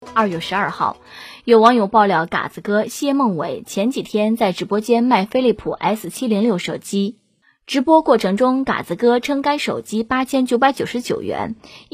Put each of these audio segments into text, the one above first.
2月12号，有网友爆料，嘎子哥谢孟伟前几天在直播间卖飞利浦 S706 手机，直播过程中，嘎子哥称该手机8999元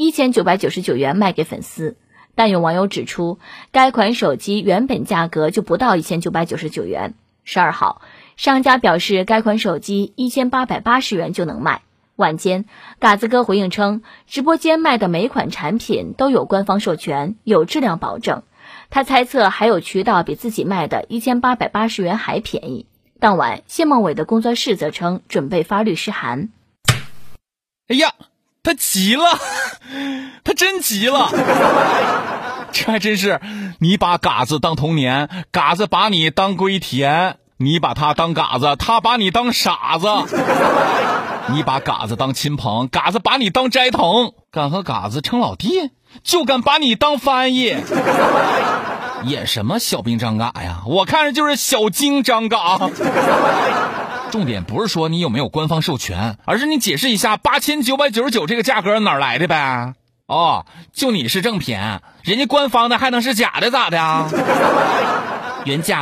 ，1999元卖给粉丝。但有网友指出，该款手机原本价格就不到1999元。12号，商家表示该款手机1880元就能卖。晚间，嘎子哥回应称，直播间卖的每款产品都有官方授权，有质量保证。他猜测还有渠道比自己卖的1880元还便宜。当晚，谢孟伟的工作室则称准备发律师函。 哎呀，他急了，他真急了。这还真是，你把嘎子当童年，嘎子把你当龟田，你把他当嘎子，他把你当傻子。你把嘎子当亲朋，嘎子把你当斋藤，敢和嘎子称老弟，就敢把你当翻译。演什么小兵张嘎呀？我看着就是小精张嘎。重点不是说你有没有官方授权，而是你解释一下8999这个价格哪儿来的呗？哦，就你是正品，人家官方的还能是假的咋的啊？原价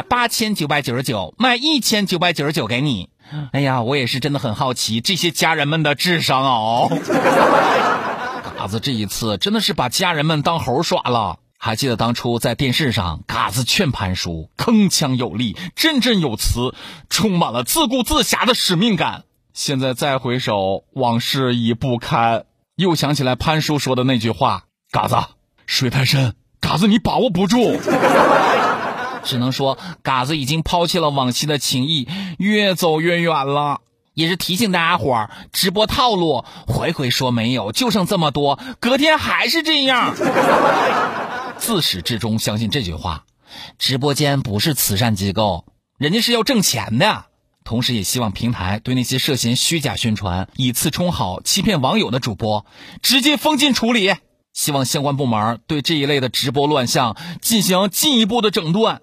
8999，卖1999给你。哎呀，我也是真的很好奇这些家人们的智商哦。嘎子这一次真的是把家人们当猴耍了。还记得当初在电视上，嘎子劝潘叔铿锵有力，振振有词，充满了自顾自侠的使命感。现在再回首，往事已不堪，又想起来潘叔说的那句话：嘎子，水太深，嘎子你把握不住。只能说嘎子已经抛弃了往昔的情谊，越走越远了。也是提醒大家伙儿，直播套路回回说没有，就剩这么多，隔天还是这样。自始至终相信这句话，直播间不是慈善机构，人家是要挣钱的。同时也希望平台对那些涉嫌虚假宣传、以次充好、欺骗网友的主播直接封禁处理。希望相关部门对这一类的直播乱象进行进一步的整顿。